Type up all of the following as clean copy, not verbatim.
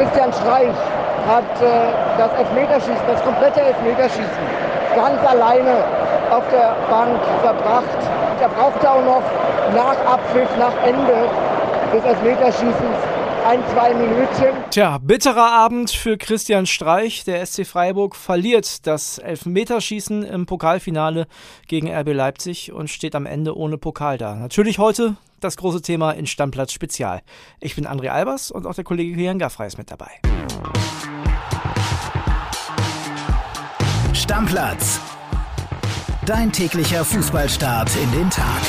Christian Streich hat das Elfmeterschießen, das komplette Elfmeterschießen ganz alleine auf der Bank verbracht. Er brauchte auch noch nach Abpfiff, nach Ende des Elfmeterschießens 1-2 Minütchen. Tja, bitterer Abend für Christian Streich. Der SC Freiburg verliert das Elfmeterschießen im Pokalfinale gegen RB Leipzig und steht am Ende ohne Pokal da. Natürlich heute das große Thema in Stammplatz Spezial. Ich bin André Albers und auch der Kollege Kilian Gaffrey ist mit dabei. Stammplatz. Dein täglicher Fußballstart in den Tag.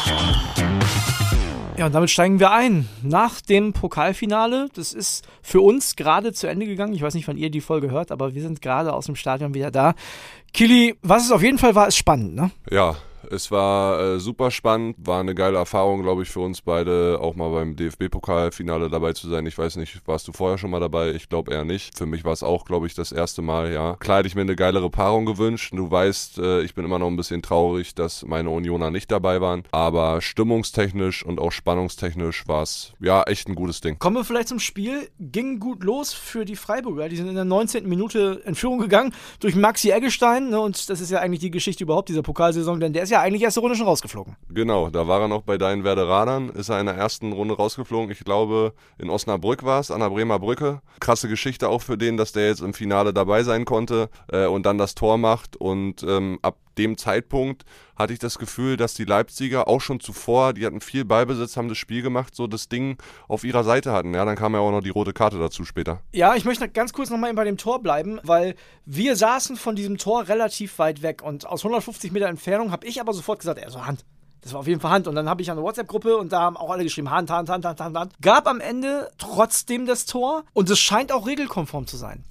Ja, und damit steigen wir ein. Nach dem Pokalfinale, das ist für uns gerade zu Ende gegangen. Ich weiß nicht, wann ihr die Folge hört, aber wir sind gerade aus dem Stadion wieder da. Kili, was es auf jeden Fall war, ist spannend, ne? Ja, es war super spannend, war eine geile Erfahrung, glaube ich, für uns beide, auch mal beim DFB-Pokalfinale dabei zu sein. Ich weiß nicht, warst du vorher schon mal dabei? Ich glaube eher nicht. Für mich war es auch, glaube ich, das erste Mal, ja. Klar hätte ich mir eine geilere Paarung gewünscht. Du weißt, ich bin immer noch ein bisschen traurig, dass meine Unioner nicht dabei waren. Aber stimmungstechnisch und auch spannungstechnisch war es, ja, echt ein gutes Ding. Kommen wir vielleicht zum Spiel. Ging gut los für die Freiburger. Die sind in der 19. Minute in Führung gegangen durch Maxi Eggestein. Ne? Und das ist ja eigentlich die Geschichte überhaupt dieser Pokalsaison, denn der ist ja eigentlich erste Runde schon rausgeflogen. Genau, da war er noch bei deinen Werderadern, ist er in der ersten Runde rausgeflogen. Ich glaube, in Osnabrück war es, an der Bremer Brücke. Krasse Geschichte auch für den, dass der jetzt im Finale dabei sein konnte und dann das Tor macht. Und ab dem Zeitpunkt hatte ich das Gefühl, dass die Leipziger auch schon zuvor, die hatten viel Ballbesitz, haben das Spiel gemacht, so das Ding auf ihrer Seite hatten. Ja, dann kam ja auch noch die rote Karte dazu später. Ja, ich möchte ganz kurz nochmal bei dem Tor bleiben, weil wir saßen von diesem Tor relativ weit weg und aus 150 Meter Entfernung habe ich aber sofort gesagt, so Hand. Das war auf jeden Fall Hand. Und dann habe ich eine WhatsApp-Gruppe und da haben auch alle geschrieben, Hand. Gab am Ende trotzdem das Tor und es scheint auch regelkonform zu sein.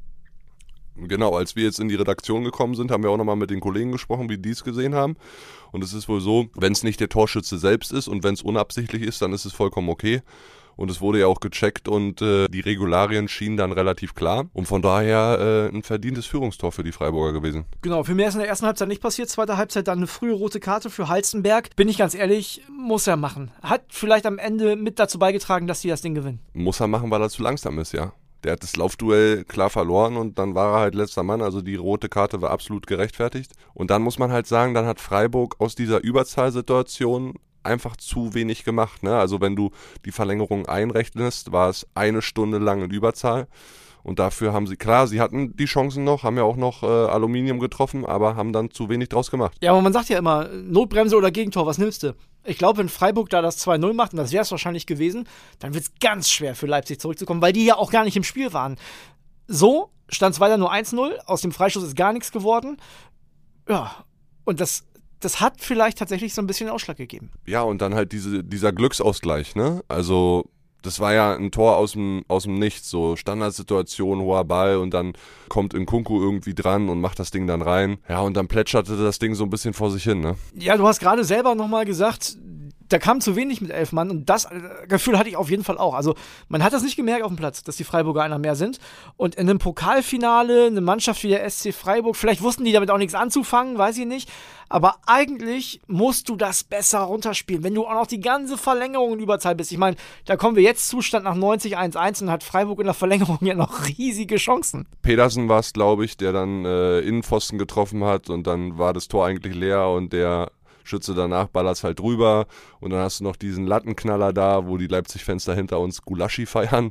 Genau, als wir jetzt in die Redaktion gekommen sind, haben wir auch nochmal mit den Kollegen gesprochen, wie die es gesehen haben. Und es ist wohl so, wenn es nicht der Torschütze selbst ist und wenn es unabsichtlich ist, dann ist es vollkommen okay. Und es wurde ja auch gecheckt und die Regularien schienen dann relativ klar. Und von daher ein verdientes Führungstor für die Freiburger gewesen. Genau, für mehr ist in der ersten Halbzeit nicht passiert. Zweite Halbzeit dann eine frühe rote Karte für Halstenberg. Bin ich ganz ehrlich, muss er machen. Hat vielleicht am Ende mit dazu beigetragen, dass die das Ding gewinnen. Muss er machen, weil er zu langsam ist, ja. Der hat das Laufduell klar verloren und dann war er halt letzter Mann. Also die rote Karte war absolut gerechtfertigt. Und dann muss man halt sagen, dann hat Freiburg aus dieser Überzahlsituation einfach zu wenig gemacht. Ne? Also wenn du die Verlängerung einrechnest, war es 1 Stunde lang in Überzahl. Und dafür haben sie, klar, sie hatten die Chancen noch, haben ja auch noch Aluminium getroffen, aber haben dann zu wenig draus gemacht. Ja, aber man sagt ja immer, Notbremse oder Gegentor, was nimmst du? Ich glaube, wenn Freiburg da das 2-0 macht, und das wäre es wahrscheinlich gewesen, dann wird es ganz schwer für Leipzig zurückzukommen, weil die ja auch gar nicht im Spiel waren. So stand es weiter nur 1-0, aus dem Freistoß ist gar nichts geworden. Ja, und das hat vielleicht tatsächlich so ein bisschen Ausschlag gegeben. Ja, und dann halt dieser Glücksausgleich, ne? Also das war ja ein Tor aus dem Nichts, so Standardsituation, hoher Ball und dann kommt Nkunku irgendwie dran und macht das Ding dann rein. Ja, und dann plätscherte das Ding so ein bisschen vor sich hin, ne? Ja, du hast gerade selber nochmal gesagt, da kam zu wenig mit 11 Mann und das Gefühl hatte ich auf jeden Fall auch. Also man hat das nicht gemerkt auf dem Platz, dass die Freiburger einer mehr sind. Und in einem Pokalfinale, eine Mannschaft wie der SC Freiburg, vielleicht wussten die damit auch nichts anzufangen, weiß ich nicht. Aber eigentlich musst du das besser runterspielen, wenn du auch noch die ganze Verlängerung in Überzahl bist. Ich meine, da kommen wir jetzt Zustand nach 90 1-1 und hat Freiburg in der Verlängerung ja noch riesige Chancen. Pedersen war es, glaube ich, der dann Innenpfosten getroffen hat und dann war das Tor eigentlich leer und der Schütze danach ballert halt drüber und dann hast du noch diesen Lattenknaller da, wo die Leipzig-Fans da hinter uns Gulaschi feiern.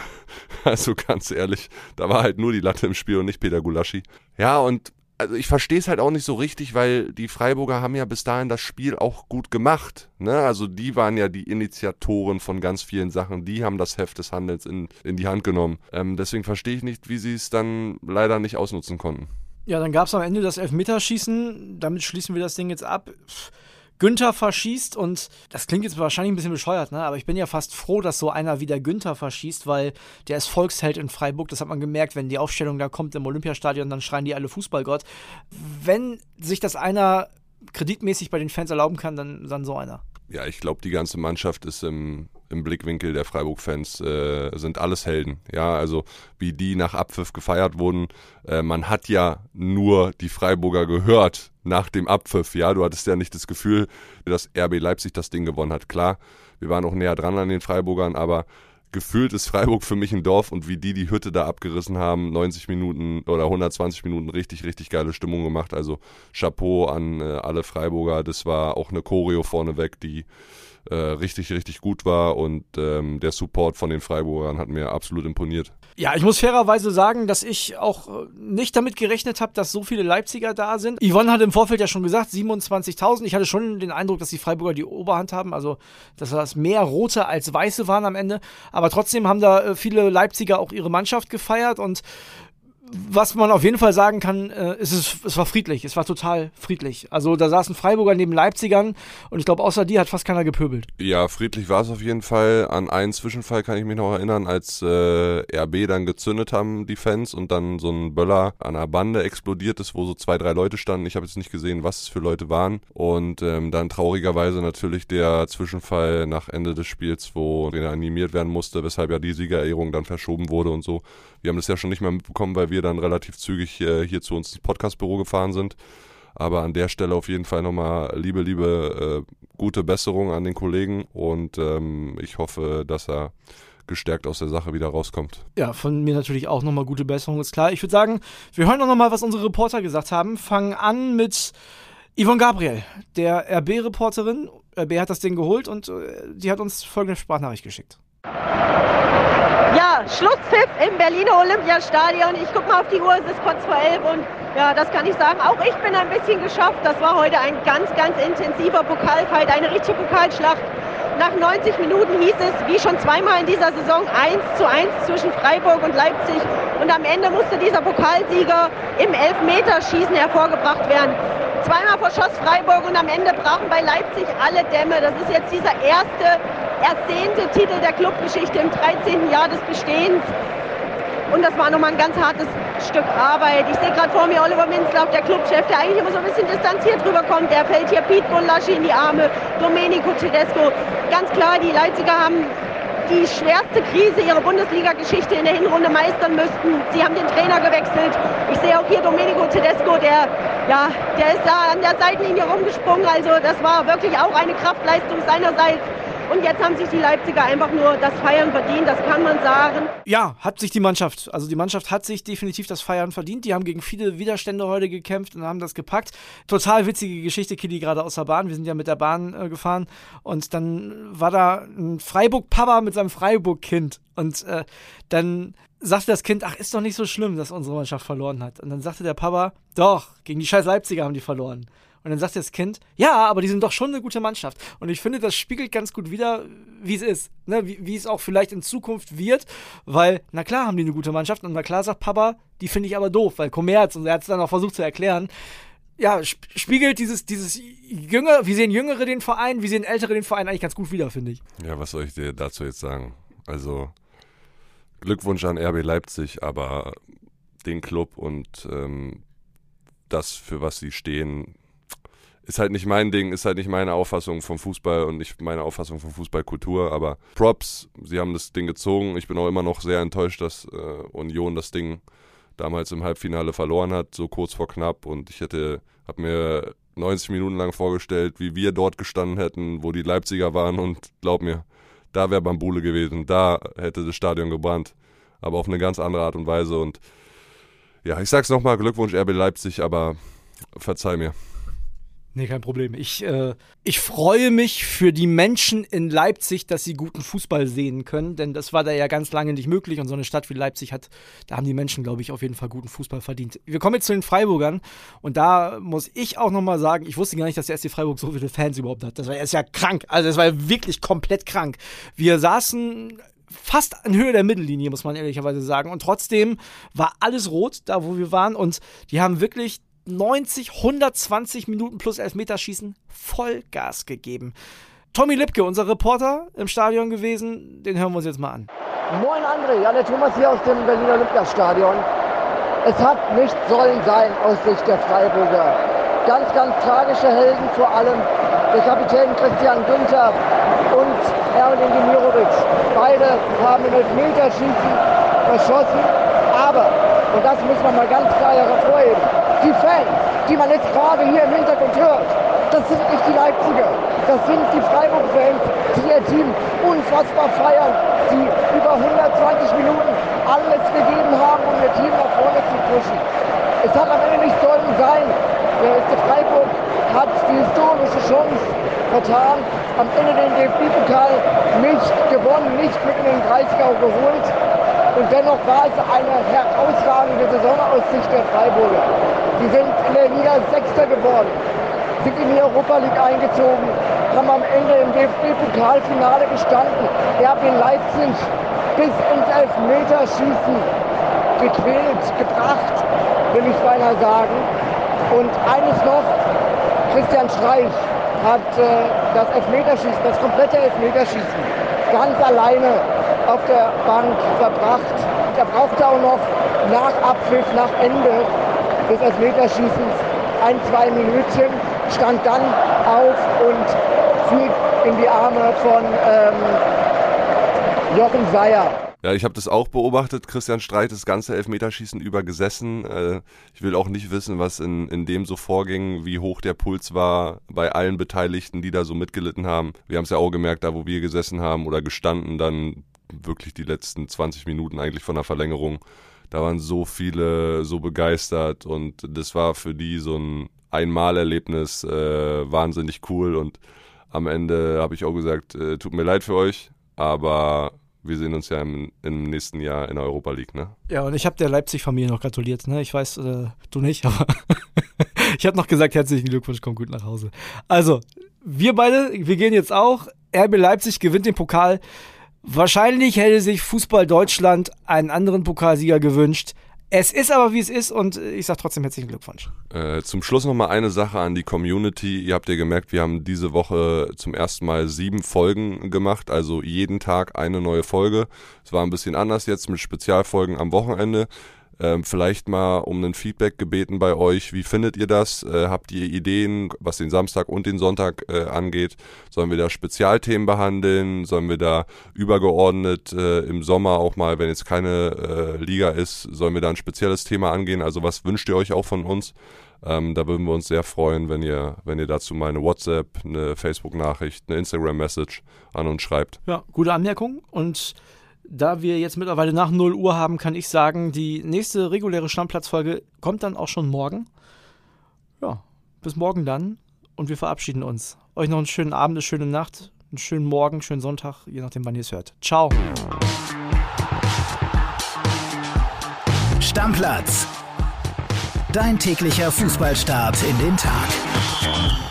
Also ganz ehrlich, da war halt nur die Latte im Spiel und nicht Peter Gulaschi. Ja, und also ich verstehe es halt auch nicht so richtig, weil die Freiburger haben ja bis dahin das Spiel auch gut gemacht. Ne? Also die waren ja die Initiatoren von ganz vielen Sachen. Die haben das Heft des Handelns in die Hand genommen. Deswegen verstehe ich nicht, wie sie es dann leider nicht ausnutzen konnten. Ja, dann gab es am Ende das Elfmeterschießen. Damit schließen wir das Ding jetzt ab. Günther verschießt und das klingt jetzt wahrscheinlich ein bisschen bescheuert, ne? Aber ich bin ja fast froh, dass so einer wie der Günther verschießt, weil der ist Volksheld in Freiburg. Das hat man gemerkt, wenn die Aufstellung da kommt im Olympiastadion, dann schreien die alle Fußballgott. Wenn sich das einer kreditmäßig bei den Fans erlauben kann, dann so einer. Ja, ich glaube, die ganze Mannschaft ist im Blickwinkel der Freiburg-Fans, sind alles Helden. Ja, also wie die nach Abpfiff gefeiert wurden. Man hat ja nur die Freiburger gehört nach dem Abpfiff. Ja, du hattest ja nicht das Gefühl, dass RB Leipzig das Ding gewonnen hat. Klar, wir waren auch näher dran an den Freiburgern, aber gefühlt ist Freiburg für mich ein Dorf und wie die Hütte da abgerissen haben, 90 Minuten oder 120 Minuten richtig, richtig geile Stimmung gemacht. Also Chapeau an alle Freiburger. Das war auch eine Choreo vorneweg, die richtig, richtig gut war und der Support von den Freiburgern hat mir absolut imponiert. Ja, ich muss fairerweise sagen, dass ich auch nicht damit gerechnet habe, dass so viele Leipziger da sind. Yvonne hat im Vorfeld ja schon gesagt, 27.000. Ich hatte schon den Eindruck, dass die Freiburger die Oberhand haben, also dass das mehr Rote als Weiße waren am Ende. Aber trotzdem haben da viele Leipziger auch ihre Mannschaft gefeiert und was man auf jeden Fall sagen kann, es war friedlich, es war total friedlich. Also da saßen Freiburger neben Leipzigern und ich glaube, außer die hat fast keiner gepöbelt. Ja, friedlich war es auf jeden Fall. An einen Zwischenfall kann ich mich noch erinnern, als RB dann gezündet haben, die Fans, und dann so ein Böller an einer Bande explodiert ist, wo so 2, 3 Leute standen. Ich habe jetzt nicht gesehen, was es für Leute waren. Und dann traurigerweise natürlich der Zwischenfall nach Ende des Spiels, wo animiert werden musste, weshalb ja die Siegerehrung dann verschoben wurde und so. Wir haben das ja schon nicht mehr mitbekommen, weil wir dann relativ zügig hier zu uns ins Podcastbüro gefahren sind. Aber an der Stelle auf jeden Fall nochmal liebe gute Besserung an den Kollegen und ich hoffe, dass er gestärkt aus der Sache wieder rauskommt. Ja, von mir natürlich auch nochmal gute Besserung, ist klar. Ich würde sagen, wir hören doch nochmal, was unsere Reporter gesagt haben. Fangen an mit Yvonne Gabriel, der RB-Reporterin. RB hat das Ding geholt und die hat uns folgende Sprachnachricht geschickt. Ja, Schlusspfiff im Berliner Olympiastadion. Ich gucke mal auf die Uhr, es ist kurz vor 11 und ja, das kann ich sagen. Auch ich bin ein bisschen geschafft. Das war heute ein ganz, ganz intensiver Pokalfight, eine richtige Pokalschlacht. Nach 90 Minuten hieß es, wie schon zweimal in dieser Saison, 1:1 zwischen Freiburg und Leipzig. Und am Ende musste dieser Pokalsieger im Elfmeterschießen hervorgebracht werden. Zweimal verschoss Freiburg und am Ende brachen bei Leipzig alle Dämme. Das ist jetzt dieser erste ersehnte Titel der Clubgeschichte im 13. Jahr des Bestehens. Und das war nochmal ein ganz hartes Stück Arbeit. Ich sehe gerade vor mir Oliver Minzlaff, der Clubchef, der eigentlich immer so ein bisschen distanziert rüberkommt. Der fällt hier Pete Gulaschi in die Arme, Domenico Tedesco. Ganz klar, die Leipziger haben die schwerste Krise ihrer Bundesliga-Geschichte in der Hinrunde meistern müssten. Sie haben den Trainer gewechselt. Ich sehe auch hier Domenico Tedesco, der ist da an der Seitenlinie rumgesprungen. Also das war wirklich auch eine Kraftleistung seinerseits. Und jetzt haben sich die Leipziger einfach nur das Feiern verdient, das kann man sagen. Ja, hat sich die Mannschaft. Also die Mannschaft hat sich definitiv das Feiern verdient. Die haben gegen viele Widerstände heute gekämpft und haben das gepackt. Total witzige Geschichte, Kili, gerade aus der Bahn. Wir sind ja mit der Bahn gefahren und dann war da ein Freiburg-Papa mit seinem Freiburg-Kind. Und dann sagte das Kind, ach, ist doch nicht so schlimm, dass unsere Mannschaft verloren hat. Und dann sagte der Papa, doch, gegen die scheiß Leipziger haben die verloren. Und dann sagt das Kind, ja, aber die sind doch schon eine gute Mannschaft. Und ich finde, das spiegelt ganz gut wider, wie es ist. Ne? Wie es auch vielleicht in Zukunft wird. Weil, na klar haben die eine gute Mannschaft. Und na klar sagt Papa, die finde ich aber doof. Weil Kommerz, und er hat es dann auch versucht zu erklären, ja, spiegelt dieses Jüngere, wie sehen Jüngere den Verein, wie sehen Ältere den Verein eigentlich ganz gut wider, finde ich. Ja, was soll ich dir dazu jetzt sagen? Also, Glückwunsch an RB Leipzig, aber den Club und das, für was sie stehen, ist halt nicht mein Ding, ist halt nicht meine Auffassung vom Fußball und nicht meine Auffassung von Fußballkultur, aber Props, sie haben das Ding gezogen. Ich bin auch immer noch sehr enttäuscht, dass Union das Ding damals im Halbfinale verloren hat, so kurz vor knapp, und ich habe mir 90 Minuten lang vorgestellt, wie wir dort gestanden hätten, wo die Leipziger waren, und glaub mir, da wäre Bambule gewesen, da hätte das Stadion gebrannt, aber auf eine ganz andere Art und Weise. Und ja, ich sag's nochmal, Glückwunsch RB Leipzig, aber verzeih mir. Nee, kein Problem. Ich freue mich für die Menschen in Leipzig, dass sie guten Fußball sehen können, denn das war da ja ganz lange nicht möglich, und so eine Stadt wie Leipzig da haben die Menschen, glaube ich, auf jeden Fall guten Fußball verdient. Wir kommen jetzt zu den Freiburgern, und da muss ich auch nochmal sagen, ich wusste gar nicht, dass der SC Freiburg so viele Fans überhaupt hat. Das ist ja krank, also das war ja wirklich komplett krank. Wir saßen fast in Höhe der Mittellinie, muss man ehrlicherweise sagen, und trotzdem war alles rot, da wo wir waren, und die haben wirklich 120 Minuten plus Elfmeterschießen Vollgas gegeben. Tommy Lipke, unser Reporter im Stadion gewesen, den hören wir uns jetzt mal an. Moin André, ja, der Thomas hier aus dem Berliner Olympiastadion. Es hat nicht sollen sein aus Sicht der Freiburger. Ganz, ganz tragische Helden, vor allem der Kapitän Christian Günther und Erwin Demirovic. Beide haben im Elfmeterschießen verschossen, aber, und das muss man mal ganz klar hervorheben, die Fans, die man jetzt gerade hier im Hintergrund hört, Das sind nicht die Leipziger, das sind die Freiburg-Fans, die ihr Team unfassbar feiern, die über 120 Minuten alles gegeben haben, um ihr Team nach vorne zu pushen. Es hat am Ende nicht sollen sein. Der SC Freiburg hat die historische Chance vertan, am Ende den DFB-Pokal nicht gewonnen, nicht mit in den 30er geholt. Und dennoch war es eine herausragende Saisonaussicht der Freiburger. Sie sind in der Liga Sechster geworden, sind in die Europa League eingezogen, haben am Ende im DFB-Pokalfinale gestanden. RB Leipzig bis ins Elfmeterschießen gequält, gebracht, will ich beinahe sagen. Und eines noch, Christian Streich hat das Elfmeterschießen, das komplette Elfmeterschießen ganz alleine auf der Bank verbracht. Er brauchte auch noch nach Abpfiff, nach Ende des Elfmeterschießens 1-2 Minütchen, stand dann auf und fiel in die Arme von Jochen Seyer. Ja, ich habe das auch beobachtet. Christian Streich das ganze Elfmeterschießen über gesessen. Ich will auch nicht wissen, was in dem so vorging, wie hoch der Puls war bei allen Beteiligten, die da so mitgelitten haben. Wir haben es ja auch gemerkt, da wo wir gesessen haben oder gestanden, dann wirklich die letzten 20 Minuten eigentlich von der Verlängerung. Da waren so viele so begeistert und das war für die so ein Einmalerlebnis, wahnsinnig cool. Und am Ende habe ich auch gesagt, tut mir leid für euch, aber wir sehen uns ja im nächsten Jahr in der Europa League, ne? Ja, und ich habe der Leipzig-Familie noch gratuliert, ne? Ich weiß, du nicht, aber ich habe noch gesagt, herzlichen Glückwunsch, komm gut nach Hause. Also, wir beide, wir gehen jetzt auch. RB Leipzig gewinnt den Pokal. Wahrscheinlich hätte sich Fußball Deutschland einen anderen Pokalsieger gewünscht. Es ist aber, wie es ist und ich sage trotzdem herzlichen Glückwunsch. Zum Schluss nochmal eine Sache an die Community. Ihr habt ja gemerkt, wir haben diese Woche zum ersten Mal 7 Folgen gemacht, also jeden Tag eine neue Folge. Es war ein bisschen anders jetzt mit Spezialfolgen am Wochenende. Vielleicht mal um ein Feedback gebeten bei euch. Wie findet ihr das? Habt ihr Ideen, was den Samstag und den Sonntag angeht? Sollen wir da Spezialthemen behandeln? Sollen wir da übergeordnet im Sommer auch mal, wenn jetzt keine Liga ist, sollen wir da ein spezielles Thema angehen? Also was wünscht ihr euch auch von uns? Da würden wir uns sehr freuen, wenn ihr dazu mal eine WhatsApp, eine Facebook-Nachricht, eine Instagram-Message an uns schreibt. Ja, gute Anmerkung. Und da wir jetzt mittlerweile nach 0 Uhr haben, kann ich sagen, die nächste reguläre Stammplatzfolge kommt dann auch schon morgen. Ja, bis morgen dann und wir verabschieden uns. Euch noch einen schönen Abend, eine schöne Nacht, einen schönen Morgen, schönen Sonntag, je nachdem, wann ihr es hört. Ciao. Stammplatz. Dein täglicher Fußballstart in den Tag.